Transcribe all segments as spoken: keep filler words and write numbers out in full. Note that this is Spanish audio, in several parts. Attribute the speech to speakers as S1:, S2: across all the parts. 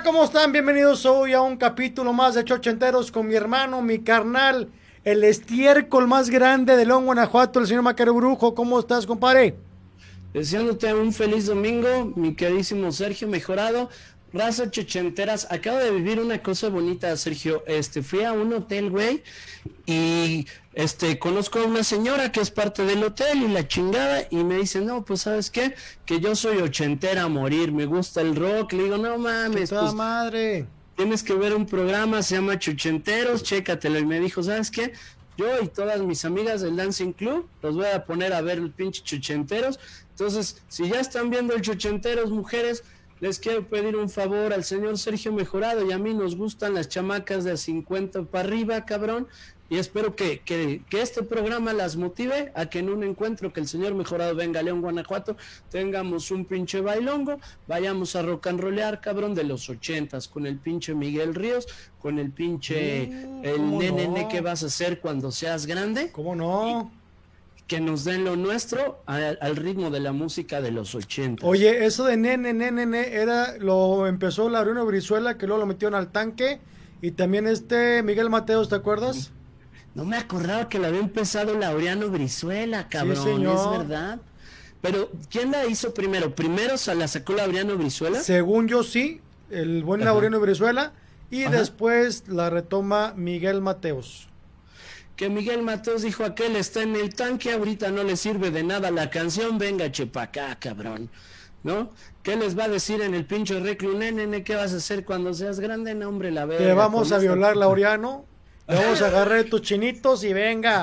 S1: ¿Cómo están? Bienvenidos hoy a un capítulo más de Chochenteros con mi hermano, mi carnal, el estiércol más grande de León, Guanajuato, el señor Macario Brujo. ¿Cómo estás, compadre?
S2: Deseándote un feliz domingo, mi queridísimo Sergio Mejorado. Raza chochenteras, acabo de vivir una cosa bonita, Sergio. Este, fui a un hotel, güey, y este, conozco a una señora que es parte del hotel y la chingada, y me dice, no, pues, ¿sabes qué? Que yo soy ochentera a morir, me gusta el rock. Le digo, no mames,
S1: ¡Puta
S2: pues,
S1: madre!
S2: tienes que ver un programa, se llama Chochenteros, chécatelo. Y me dijo, ¿sabes qué? Yo y todas mis amigas del Dancing Club los voy a poner a ver el pinche Chochenteros. Entonces, si ya están viendo el Chochenteros, mujeres, les quiero pedir un favor al señor Sergio Mejorado, y a mí nos gustan las chamacas de cincuenta para arriba, cabrón, y espero que, que, que este programa las motive a que en un encuentro que el señor Mejorado venga a León, Guanajuato, tengamos un pinche bailongo, vayamos a rock and rollear, cabrón, de los ochentas, con el pinche Miguel Ríos, con el pinche,
S1: Mm,
S2: el
S1: ¿cómo
S2: nene,
S1: no?
S2: ¿qué vas a hacer cuando seas grande?
S1: ¿Cómo no?
S2: Que nos den lo nuestro al, al ritmo de la música de los ochentas.
S1: Oye, eso de nene, nene, nene, era, lo empezó Laureano Brizuela, que luego lo metieron al tanque, y también este Miguel Mateos, ¿te acuerdas?
S2: No me acordaba que la había empezado Laureano Brizuela, cabrón,
S1: Sí, señor.
S2: es verdad. Pero, ¿quién la hizo primero? ¿Primero se la sacó Laureano Brizuela?
S1: Según yo sí, el buen
S2: Ajá.
S1: Laureano Brizuela, y
S2: Ajá.
S1: después la retoma Miguel Mateos.
S2: Que Miguel Mateos dijo, aquel está en el tanque, ahorita no le sirve de nada la canción, venga chepacá, cabrón, ¿no? ¿Qué les va a decir en el pinche reclu? Nene, ¿qué vas a hacer cuando seas grande? No, hombre, la verga.
S1: Te vamos
S2: con
S1: a
S2: esta
S1: violar,
S2: puta-
S1: Laureano. Te vamos a agarrar tus chinitos y venga.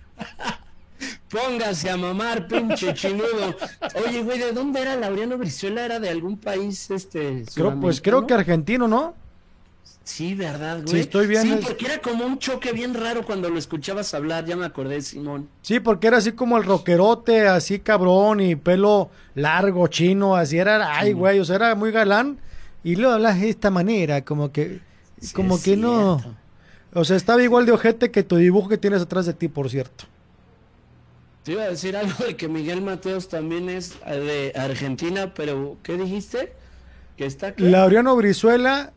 S2: Póngase a mamar, pinche chinudo. Oye, güey, ¿de dónde era Laureano Brizuela? ¿Era de algún país, este,
S1: Creo, pues
S2: sudamericano?
S1: creo que argentino, ¿no?
S2: Sí, ¿verdad, güey?
S1: Sí, estoy bien,
S2: Sí,
S1: es-
S2: porque era como un choque bien raro cuando lo escuchabas hablar, ya me acordé, Simón.
S1: Sí, porque era así como el rockerote, así cabrón y pelo largo, chino, así era, ay, güey, o sea, era muy galán. Y lo hablas de esta manera, como que,
S2: Sí,
S1: como
S2: es
S1: que no.
S2: cierto.
S1: O sea, estaba igual de ojete que tu dibujo que tienes atrás de ti, por cierto.
S2: Te iba a decir algo de que Miguel Mateos también es eh, de Argentina, pero ¿qué dijiste? ¿Que está qué?
S1: Laureano Brizuela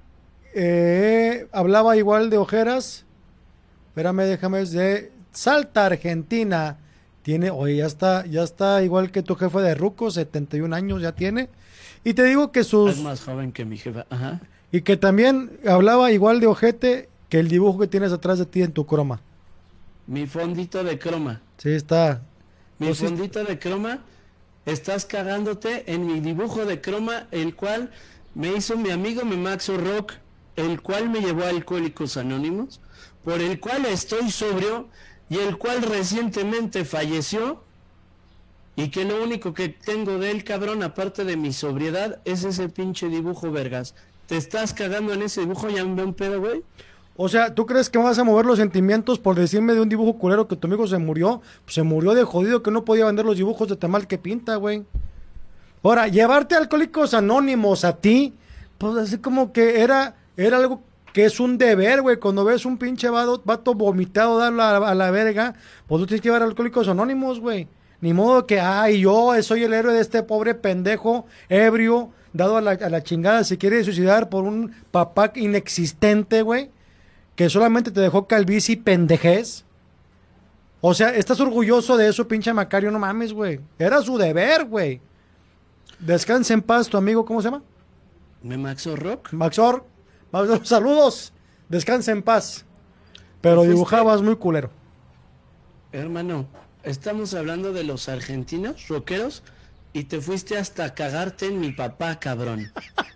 S1: eh, hablaba igual de ojeras. Espérame, déjame, es de Salta, Argentina. Tiene, oye, ya está, ya está igual que tu jefe de Ruco, setenta y un años ya tiene. Y te digo que
S2: Es
S1: sus,
S2: más joven que mi jefa, ajá.
S1: y que también hablaba igual de ojete que el dibujo que tienes atrás de ti en tu croma.
S2: Mi fondito de croma.
S1: Sí, está.
S2: Mi
S1: Pues sí,
S2: fondito de croma, estás cagándote en mi dibujo de croma, el cual me hizo mi amigo Memaxo Rock, el cual me llevó a Alcohólicos Anónimos, por el cual estoy sobrio y el cual recientemente falleció, y que lo único que tengo de él, cabrón, aparte de mi sobriedad, es ese pinche dibujo, vergas. ¿Te estás cagando en ese dibujo? ¿Ya me veo un pedo, güey?
S1: O sea, ¿tú crees que me vas a mover los sentimientos por decirme de un dibujo culero que tu amigo se murió? Pues se murió de jodido que no podía vender los dibujos de tamal que pinta, güey. Ahora, llevarte a Alcohólicos Anónimos a ti, pues así como que era, era algo que es un deber, güey. Cuando ves un pinche vato, vato vomitado darlo a, la- a la verga, pues tú tienes que llevar a Alcohólicos Anónimos, güey. Ni modo que, ay, yo soy el héroe de este pobre pendejo ebrio, dado a la, a la chingada, se quiere suicidar por un papá inexistente, güey, que solamente te dejó calvicie y pendejez. O sea, estás orgulloso de eso, pinche Macario, no mames, güey. Era su deber, güey. Descansa en paz, tu amigo, ¿cómo se llama?
S2: Memaxo Rock.
S1: Maxor. Maxor, saludos. Descansa en paz. Pero
S2: ¿Fuiste?
S1: dibujabas muy culero.
S2: Hermano, estamos hablando de los argentinos, rockeros, y te fuiste hasta cagarte en mi papá, cabrón.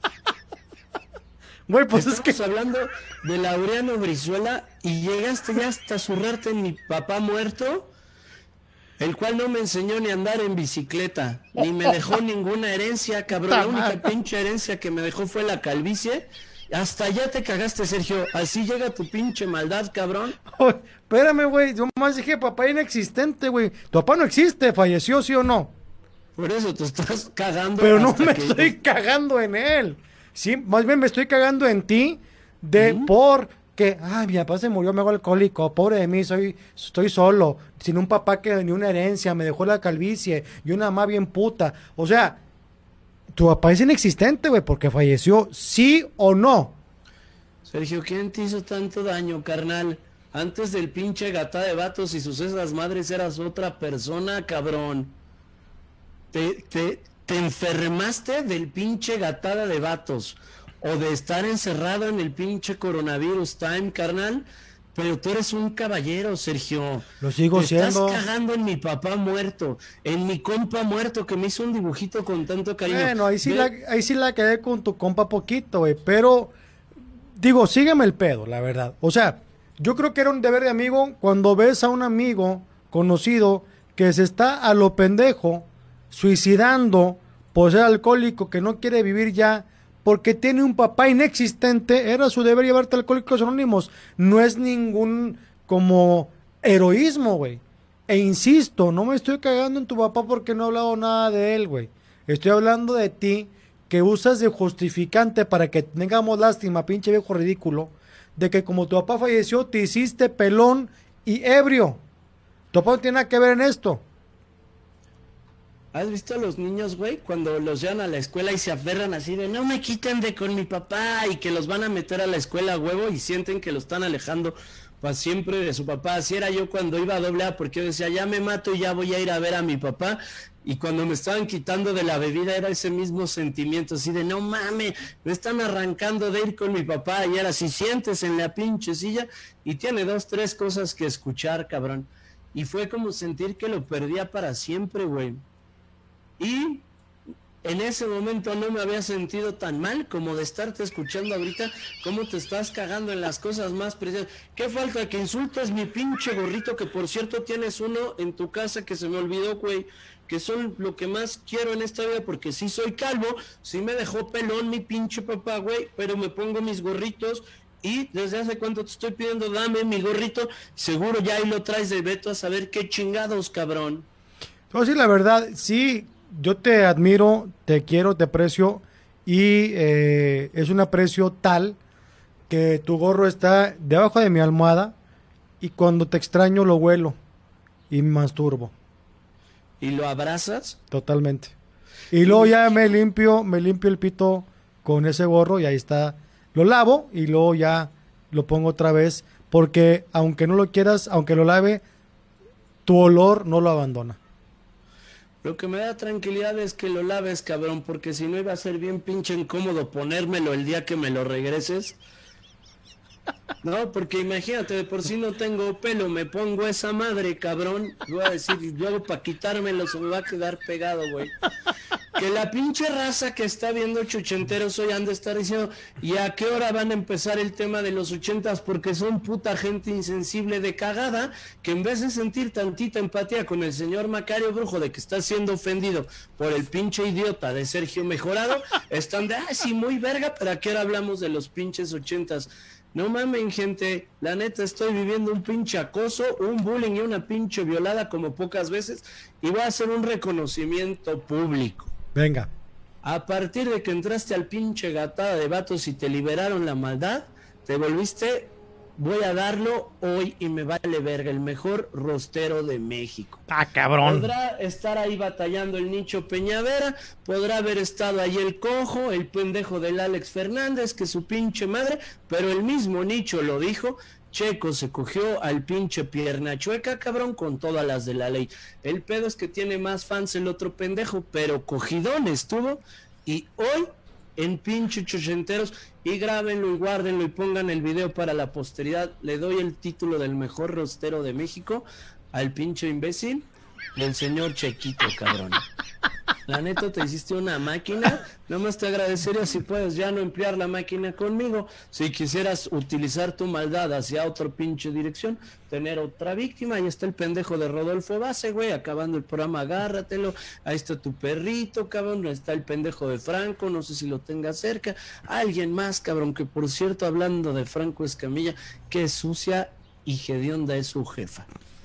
S1: Güey, pues es
S2: Estamos
S1: que...
S2: hablando de Laureano Brizuela y llegaste ya hasta zurrarte en mi papá muerto, el cual no me enseñó ni a andar en bicicleta, ni me dejó ninguna herencia, cabrón. La única pinche herencia que me dejó fue la calvicie. Hasta ya te cagaste, Sergio. Así llega tu pinche maldad, cabrón.
S1: Oye, espérame, güey. Yo más dije papá inexistente, güey. Tu papá no existe, falleció, ¿sí o no?
S2: Por eso te estás cagando.
S1: Pero no
S2: hasta
S1: me
S2: que-
S1: estoy cagando en él. Sí, más bien me estoy cagando en ti de por que, ay, mi papá se murió, me hago alcohólico, pobre de mí, soy, estoy solo, sin un papá que ni una herencia, me dejó la calvicie y una mamá bien puta. O sea, Tu papá es inexistente, güey, porque falleció, ¿sí o no?
S2: Sergio, ¿quién te hizo tanto daño, carnal? Antes del pinche Gata de Vatos y sus esas madres eras otra persona, cabrón. Te, te, te enfermaste del pinche Gatada de Vatos o de estar encerrado en el pinche coronavirus time, carnal. Pero tú eres un caballero, Sergio.
S1: Lo sigo
S2: Te
S1: siendo.
S2: Estás cagando en mi papá muerto, en mi compa muerto que me hizo un dibujito con tanto cariño.
S1: Bueno, ahí sí,
S2: Ve...
S1: la, ahí sí la quedé con tu compa poquito, güey. Pero, digo, sígueme el pedo, la verdad. O sea, yo creo que era un deber de amigo cuando ves a un amigo conocido que se está a lo pendejo, suicidando por ser alcohólico, que no quiere vivir ya, porque tiene un papá inexistente, era su deber llevarte a Alcohólicos Anónimos. No es ningún como heroísmo, güey. E insisto, no me estoy cagando en tu papá porque no he hablado nada de él, güey. Estoy hablando de ti, que usas de justificante para que tengamos lástima, pinche viejo ridículo, de que como tu papá falleció, te hiciste pelón y ebrio. Tu papá no tiene nada que ver en esto.
S2: ¿Has visto a los niños, güey? Cuando los llevan a la escuela y se aferran así de no me quiten de con mi papá y que los van a meter a la escuela a huevo y sienten que lo están alejando para siempre de su papá. Así era yo cuando iba a doble A, porque yo decía, ya me mato y ya voy a ir a ver a mi papá. Y cuando me estaban quitando de la bebida era ese mismo sentimiento, así de no mames, me están arrancando de ir con mi papá. Y era, si sientes en la pinche silla y tiene dos, tres cosas que escuchar, cabrón. Y fue como sentir que lo perdía para siempre, güey. Y en ese momento no me había sentido tan mal como de estarte escuchando ahorita cómo te estás cagando en las cosas más preciosas. ¿Qué falta que insultes mi pinche gorrito? Que por cierto tienes uno en tu casa que se me olvidó, güey, que son lo que más quiero en esta vida, porque sí soy calvo, sí me dejó pelón mi pinche papá, güey, pero me pongo mis gorritos. Y desde hace cuánto te estoy pidiendo, dame mi gorrito, seguro ya ahí lo traes de Beto a saber qué chingados, cabrón.
S1: No, sí, la verdad, sí. Yo te admiro, te quiero, te aprecio y eh, es un aprecio tal que tu gorro está debajo de mi almohada y cuando te extraño lo huelo y me masturbo.
S2: ¿Y lo abrazas?
S1: Totalmente. Y luego ya me limpio, me limpio el pito con ese gorro y ahí está. Lo lavo y luego ya lo pongo otra vez porque aunque no lo quieras, aunque lo lave, tu olor no lo abandona.
S2: Lo que me da tranquilidad es que lo laves, cabrón, porque si no iba a ser bien pinche incómodo ponérmelo el día que me lo regreses. No, porque imagínate, de por sí no tengo pelo, me pongo esa madre, cabrón. Voy a decir, luego para quitármelo se me va a quedar pegado, güey. Que la pinche raza que está viendo Chuchenteros hoy anda a estar diciendo, ¿y a qué hora van a empezar el tema de los ochentas? Porque son puta gente insensible de cagada, que en vez de sentir tantita empatía con el señor Macario Brujo de que está siendo ofendido por el pinche idiota de Sergio Mejorado, están de, ah, sí, muy verga, pero ¿a qué hora hablamos de los pinches ochentas? No mamen, gente, la neta estoy viviendo un pinche acoso, un bullying y una pinche violada como pocas veces, y voy a hacer un reconocimiento público.
S1: Venga.
S2: A partir de que entraste al pinche Gatada de Vatos y te liberaron la maldad, te volviste, voy a darlo hoy y me vale verga, el mejor rostero de México.
S1: Ah, cabrón.
S2: Podrá estar ahí batallando el Nicho Peñavera, podrá haber estado ahí el Cojo, el pendejo del Alex Fernández, que su pinche madre, pero el mismo Nicho lo dijo. Checo se cogió al pinche pierna chueca, cabrón, con todas las de la ley. El pedo es que tiene más fans el otro pendejo, pero cogidón estuvo. Y hoy, en pinche Chuchenteros, y grábenlo y guárdenlo y pongan el video para la posteridad, le doy el título del mejor rostero de México al pinche imbécil del señor Chequito, cabrón. La neta te hiciste una máquina, nomás te agradecería si puedes ya no emplear la máquina conmigo, si quisieras utilizar tu maldad hacia otra pinche dirección, tener otra víctima. Ahí está el pendejo de Rodolfo Base, güey, acabando el programa, agárratelo, ahí está tu perrito, cabrón, ahí está el pendejo de Franco, no sé si lo tenga cerca, alguien más, cabrón, que por cierto, hablando de Franco Escamilla, qué sucia y hedionda es su jefa.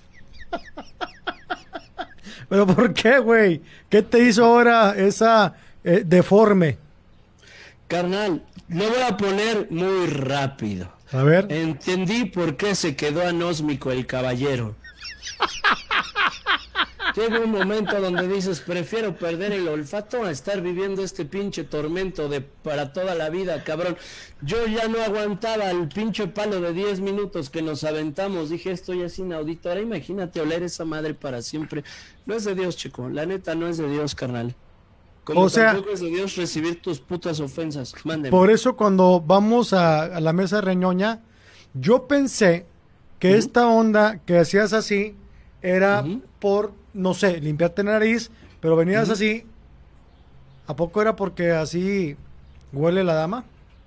S1: ¿Pero por qué, güey? ¿Qué te hizo ahora esa eh, deforme?
S2: Carnal, lo voy a poner muy rápido.
S1: A ver.
S2: Entendí por qué se quedó anósmico el caballero. Llega un momento donde dices, prefiero perder el olfato a estar viviendo este pinche tormento de para toda la vida, cabrón. Yo ya no aguantaba el pinche palo de diez minutos que nos aventamos. Dije, esto ya es inaudito. Ahora imagínate oler esa madre para siempre. No es de Dios, chico. La neta no es de Dios, carnal. Como
S1: o sea,
S2: tampoco es de Dios recibir tus putas ofensas. Mándenme.
S1: Por eso cuando vamos a, a la mesa reñoña, yo pensé que uh-huh. esta onda que hacías así era uh-huh. por, no sé, limpiarte la nariz, pero venías uh-huh. así. ¿A poco era porque así huele la dama?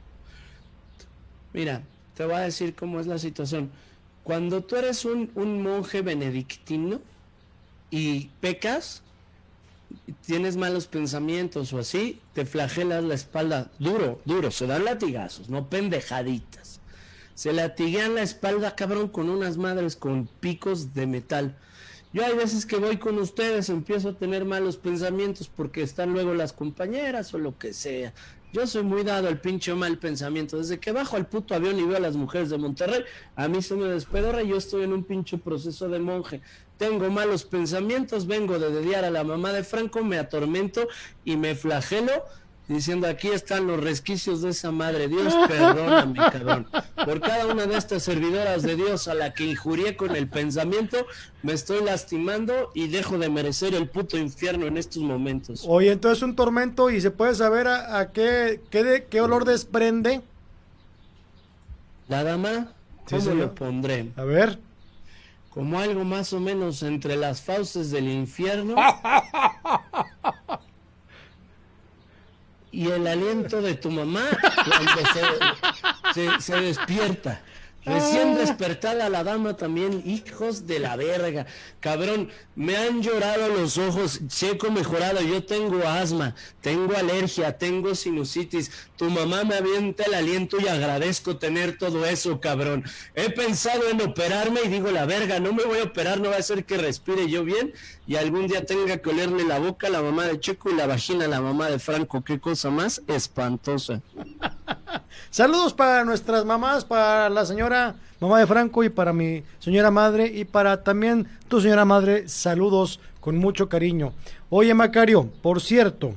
S2: Mira, te voy a decir cómo es la situación. Cuando tú eres un, un monje benedictino y pecas, tienes malos pensamientos o así, te flagelas la espalda duro, duro, se dan latigazos, no pendejaditas. Se latiguean la espalda, cabrón, con unas madres con picos de metal. Yo hay veces que voy con ustedes, empiezo a tener malos pensamientos porque están luego las compañeras o lo que sea. Yo soy muy dado al pinche mal pensamiento. Desde que bajo al puto avión y veo a las mujeres de Monterrey, a mí se me despedorra y yo estoy en un pinche proceso de monje. Tengo malos pensamientos, vengo de dediar a la mamá de Franco, me atormento y me flagelo diciendo, aquí están los resquicios de esa madre. Dios, perdóname, cabrón. Por cada una de estas servidoras de Dios a la que injurié con el pensamiento, me estoy lastimando y dejo de merecer el puto infierno en estos momentos.
S1: Oye, entonces un tormento, ¿y se puede saber a, a qué, qué, de, qué olor desprende?
S2: La dama, ¿cómo sí, lo pondré?
S1: A ver.
S2: Como algo más o menos entre las fauces del infierno y el aliento de tu mamá cuando se, se, se despierta. Recién despertada la dama también, hijos de la verga. Cabrón, me han llorado los ojos, seco mejorado, yo tengo asma, tengo alergia, tengo sinusitis. Tu mamá me avienta el aliento y agradezco tener todo eso, cabrón. He pensado en operarme y digo, la verga, no me voy a operar, no va a ser que respire yo bien y algún día tenga que olerle la boca a la mamá de Checo y la vagina a la mamá de Franco. Qué cosa más espantosa.
S1: Saludos para nuestras mamás, para la señora mamá de Franco y para mi señora madre y para también tu señora madre, saludos con mucho cariño. Oye, Macario, por cierto,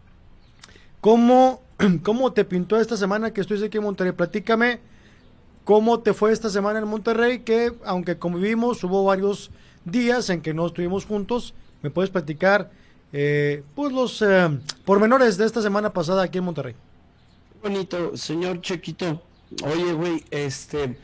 S1: ¿cómo, cómo te pintó esta semana que estuviste aquí en Monterrey? Platícame cómo te fue esta semana en Monterrey, que aunque convivimos, hubo varios días en que no estuvimos juntos. ¿Me puedes platicar eh, pues los eh, pormenores de esta semana pasada aquí en Monterrey?
S2: Bonito, señor Chequito. Oye, güey, este,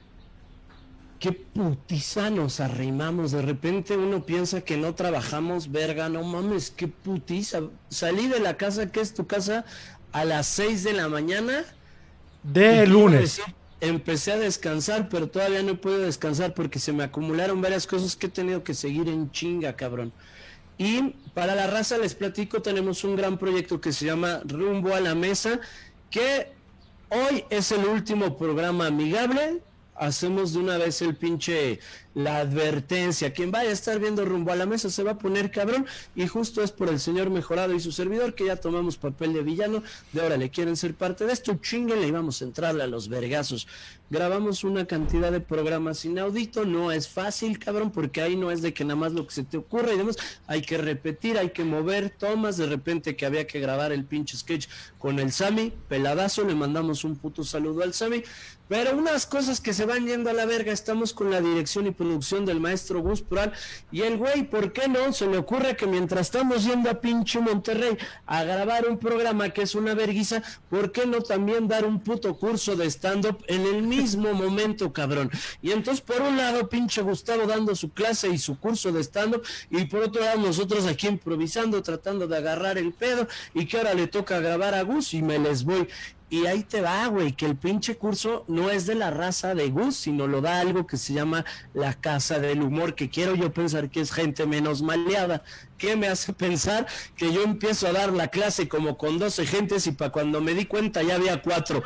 S2: qué putiza nos arrimamos. De repente uno piensa que no trabajamos, verga, no mames, qué putiza. Salí de la casa, que es tu casa, a las seis de la mañana.
S1: De lunes.
S2: Decir, empecé a descansar, pero todavía no puedo descansar porque se me acumularon varias cosas que he tenido que seguir en chinga, cabrón. Y para la raza les platico, tenemos un gran proyecto que se llama Rumbo a la Mesa, que hoy es el último programa amigable. Hacemos de una vez el pinche, la advertencia, quien vaya a estar viendo Rumbo a la Mesa se va a poner cabrón, y justo es por el señor Mejorado y su servidor que ya tomamos papel de villano, de ahora le quieren ser parte de esto, chinguenle y vamos a entrarle a los vergazos. Grabamos una cantidad de programas inaudito, no es fácil, cabrón, porque ahí no es de que nada más lo que se te ocurra y demás, hay que repetir, hay que mover tomas, de repente que había que grabar el pinche sketch con el Sammy, peladazo, le mandamos un puto saludo al Sammy, pero unas cosas que se van yendo a la verga, estamos con la dirección y producción del maestro Gus Proal, y el güey, ¿por qué no? Se le ocurre que mientras estamos yendo a pinche Monterrey a grabar un programa que es una verguiza, ¿por qué no también dar un puto curso de stand-up en el mismo momento, cabrón? Y entonces, por un lado, pinche Gustavo dando su clase y su curso de stand-up, y por otro lado, nosotros aquí improvisando, tratando de agarrar el pedo, y que ahora le toca grabar a Gus, y me les voy. Y ahí te va, güey, que el pinche curso no es de la raza de Gus, sino lo da algo que se llama la Casa del Humor, que quiero yo pensar que es gente menos maleada. ¿Qué me hace pensar? Que yo empiezo a dar la clase como con doce gentes y para cuando me di cuenta ya había cuatro.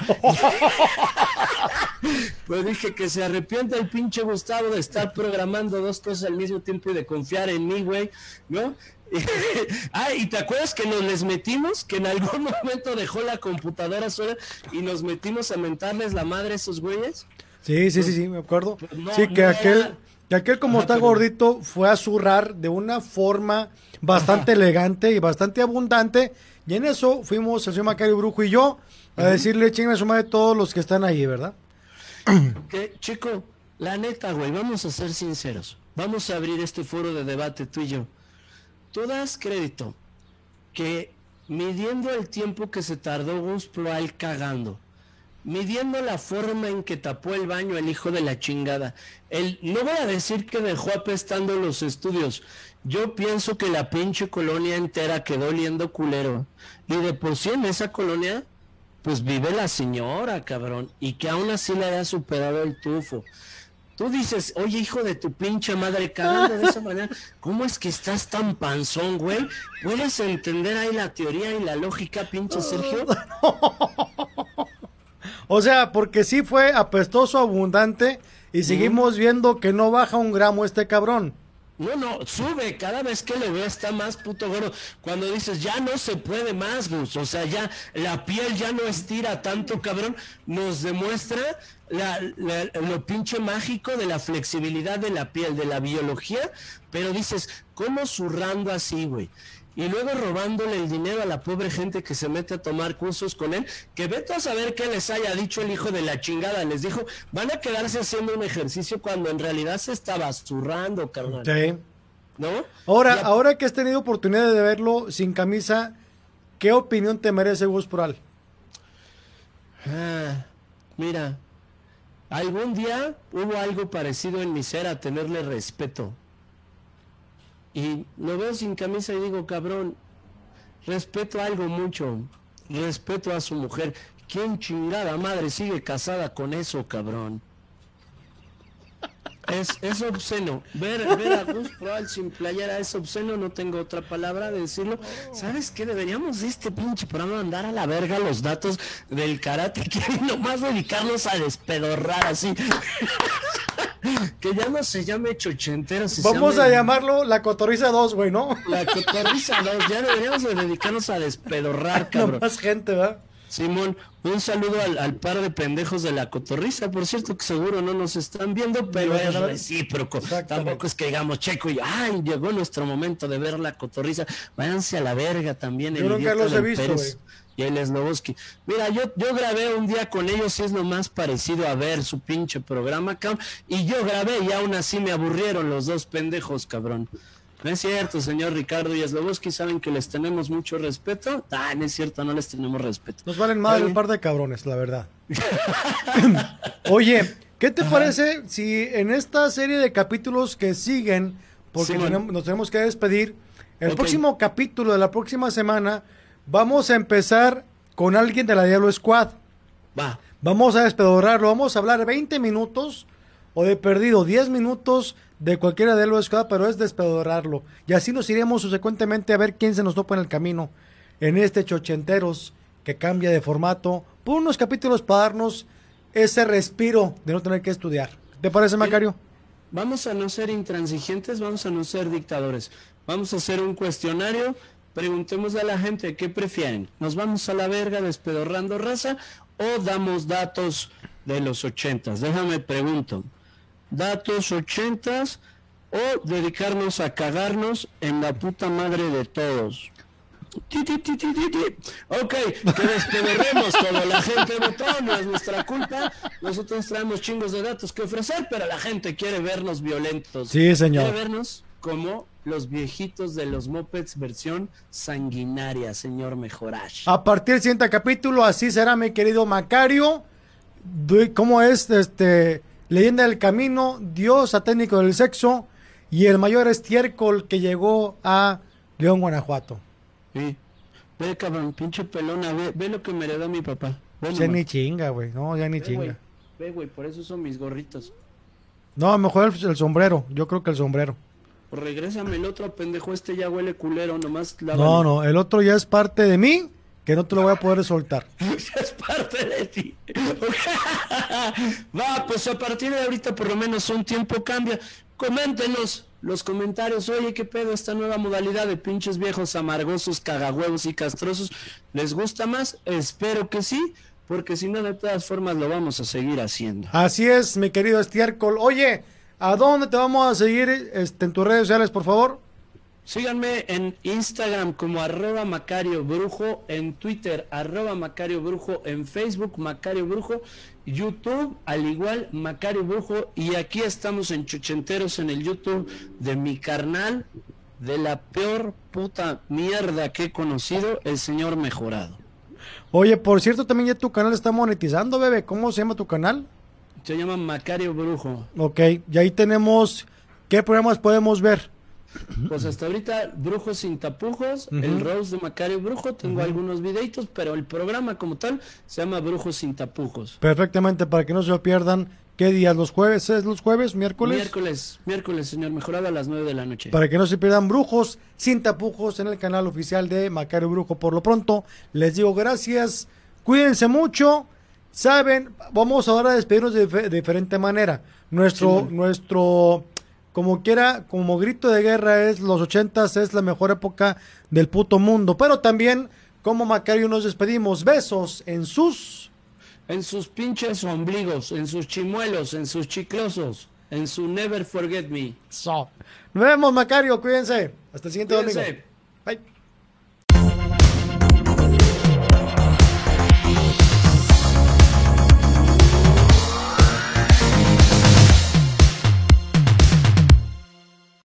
S2: Pues dije que se arrepienta el pinche Gustavo de estar programando dos cosas al mismo tiempo y de confiar en mí, güey, ¿no? Ah, y te acuerdas que nos les metimos, que en algún momento dejó la computadora sola y nos metimos a mentarles la madre a esos güeyes.
S1: Sí, sí,
S2: pues,
S1: sí, sí, me acuerdo.
S2: Pues no,
S1: sí, que
S2: no
S1: aquel
S2: era...
S1: Y aquel, como Ajá, está pero... gordito, fue a zurrar de una forma bastante Ajá. elegante y bastante abundante. Y en eso fuimos el señor Macario Brujo y yo a uh-huh. decirle chinga a su madre todos los que están ahí, ¿verdad?
S2: Que, chico, la neta, güey, vamos a ser sinceros. Vamos a abrir este foro de debate tú y yo. Tú das crédito que midiendo el tiempo que se tardó Gus Proal cagando, midiendo la forma en que tapó el baño el hijo de la chingada, el, no voy a decir que dejó apestando los estudios, yo pienso que la pinche colonia entera quedó oliendo culero, y de por sí en esa colonia pues vive la señora, cabrón, y que aún así le haya superado el tufo. Tú dices, oye, hijo de tu pinche madre, cagando de esa manera, ¿cómo es que estás tan panzón, güey? ¿Puedes entender ahí la teoría y la lógica, pinche Sergio?
S1: O sea, porque sí fue apestoso, abundante, y seguimos mm. viendo que no baja un gramo este cabrón.
S2: No, no, sube, cada vez que lo veo está más puto gordo. Cuando dices, ya no se puede más, Gus, o sea, ya la piel ya no estira tanto, cabrón, nos demuestra la, la, lo pinche mágico de la flexibilidad de la piel, de la biología, pero dices, ¿cómo zurrando así, güey? Y luego robándole el dinero a la pobre gente que se mete a tomar cursos con él, que vete a saber qué les haya dicho el hijo de la chingada, les dijo, van a quedarse haciendo un ejercicio cuando en realidad se estaba zurrando, carnal.
S1: Sí.
S2: ¿No?
S1: Ahora, a... ahora que has tenido oportunidad de verlo sin camisa, ¿qué opinión te merece Gus Proal?
S2: Ah, mira, algún día hubo algo parecido en mi ser a tenerle respeto. Y lo veo sin camisa y digo, cabrón, respeto algo mucho, respeto a su mujer. ¿Quién chingada madre sigue casada con eso, cabrón? Es, es obsceno. Ver, ver a Gus Proal sin playera es obsceno, no tengo otra palabra de decirlo. ¿Sabes qué? Deberíamos de este pinche programa mandar a la verga los datos del karate que nomás dedicarnos a despedorrar así. Que ya no se llame Chuchentero. Se
S1: Vamos
S2: llame...
S1: a llamarlo La Cotorriza dos, güey, ¿no?
S2: La Cotorriza dos, ya deberíamos de dedicarnos a despedorrar, cabrón.
S1: No más gente, ¿verdad?
S2: Simón, un saludo al, al par de pendejos de La Cotorriza, por cierto que seguro no nos están viendo, pero es recíproco. Tampoco es que digamos, Checo, y ay, llegó nuestro momento de ver La Cotorriza. Váyanse a la verga también.
S1: Yo nunca los he visto, güey.
S2: Y el Sloboski. Mira, yo, yo grabé un día con ellos y es lo más parecido a ver su pinche programa, cabrón. Y yo grabé y aún así me aburrieron los dos pendejos, cabrón. No es cierto, señor Ricardo y Sloboski, saben que les tenemos mucho respeto. Ah, no es cierto, no les tenemos respeto.
S1: Nos valen más un par de cabrones, la verdad. Oye, ¿qué te Ajá. parece si en esta serie de capítulos que siguen, porque sí, tenemos, nos tenemos que despedir, el okay. próximo capítulo de la próxima semana, vamos a empezar con alguien de la Diablo Squad.
S2: Va.
S1: Vamos a despedorrarlo, vamos a hablar veinte minutos o de perdido diez minutos de cualquiera de los Squad, pero es despedorrarlo. Y así nos iremos subsecuentemente a ver quién se nos topa en el camino en este Chochenteros que cambia de formato por unos capítulos para darnos ese respiro de no tener que estudiar. ¿Te parece, Macario?
S2: Vamos a no ser intransigentes, vamos a no ser dictadores. Vamos a hacer un cuestionario. Preguntemos a la gente qué prefieren. ¿Nos vamos a la verga despedorrando raza o damos datos de los ochentas? Déjame pregunto. ¿Datos ochentas o dedicarnos a cagarnos en la puta madre de todos? Ti, ti, ti, ti, ti, ti. Ok, que despedorremos todo. La gente votó, no es nuestra culpa. Nosotros traemos chingos de datos que ofrecer, pero la gente quiere vernos violentos.
S1: Sí, señor.
S2: Quiere vernos como los viejitos de los mopeds versión sanguinaria, señor Mejorash.
S1: A partir del siguiente capítulo, así será, mi querido Macario. ¿Cómo es? Este, Leyenda del Camino, Dios satánico del sexo y el mayor estiércol que llegó a León, Guanajuato.
S2: Sí. Ve, cabrón, pinche pelona, ve, ve lo que me heredó mi papá. Ve,
S1: ya ni chinga, güey. No, ya ni ve, chinga.
S2: Wey. Ve, güey, por eso son mis gorritos.
S1: No, mejor el, el sombrero. Yo creo que el sombrero.
S2: Pues regrésame el otro, pendejo, este ya huele culero, nomás la.
S1: No, no, el otro ya es parte de mí, que no te lo voy a poder soltar.
S2: Ya es parte de ti. Va, pues a partir de ahorita por lo menos un tiempo cambia. Coméntenos los comentarios, oye, qué pedo esta nueva modalidad de pinches viejos amargosos, cagahuevos y castrosos. ¿Les gusta más? Espero que sí, porque si no, de todas formas lo vamos a seguir haciendo.
S1: Así es, mi querido estiércol. Oye, ¿A dónde te vamos a seguir este, en tus redes sociales, por favor?
S2: Síganme en Instagram como arroba Macario Brujo, en Twitter arroba Macario Brujo, en Facebook Macario Brujo, YouTube al igual Macario Brujo, y aquí estamos en Chuchenteros en el YouTube de mi carnal, de la peor puta mierda que he conocido, el señor Mejorado.
S1: Oye, por cierto, también ya tu canal está monetizando, bebé. ¿Cómo se llama tu canal?
S2: Se llama Macario Brujo.
S1: Ok, y ahí tenemos, ¿qué programas podemos ver?
S2: Pues hasta ahorita, Brujos sin tapujos,
S1: uh-huh.
S2: el Rose de Macario Brujo, tengo
S1: uh-huh.
S2: algunos videitos, pero el programa como tal se llama Brujos sin tapujos.
S1: Perfectamente, para que no se lo pierdan. ¿Qué días? ¿Los jueves? ¿Es los jueves? ¿Miércoles?
S2: Miércoles, miércoles, señor Mejorado, a las nueve de la noche.
S1: Para que no se pierdan Brujos sin tapujos en el canal oficial de Macario Brujo. Por lo pronto, les digo gracias, cuídense mucho. Saben, vamos ahora a despedirnos de, de diferente manera. Nuestro, sí, nuestro, como quiera, como grito de guerra es los ochentas, es la mejor época del puto mundo. Pero también, como Macario, nos despedimos. Besos en sus...
S2: En sus pinches ombligos, en sus chimuelos, en sus chiclosos, en su Never Forget Me.
S1: So. Nos vemos, Macario, cuídense. Hasta el siguiente
S2: Cuídense.
S1: domingo. Bye.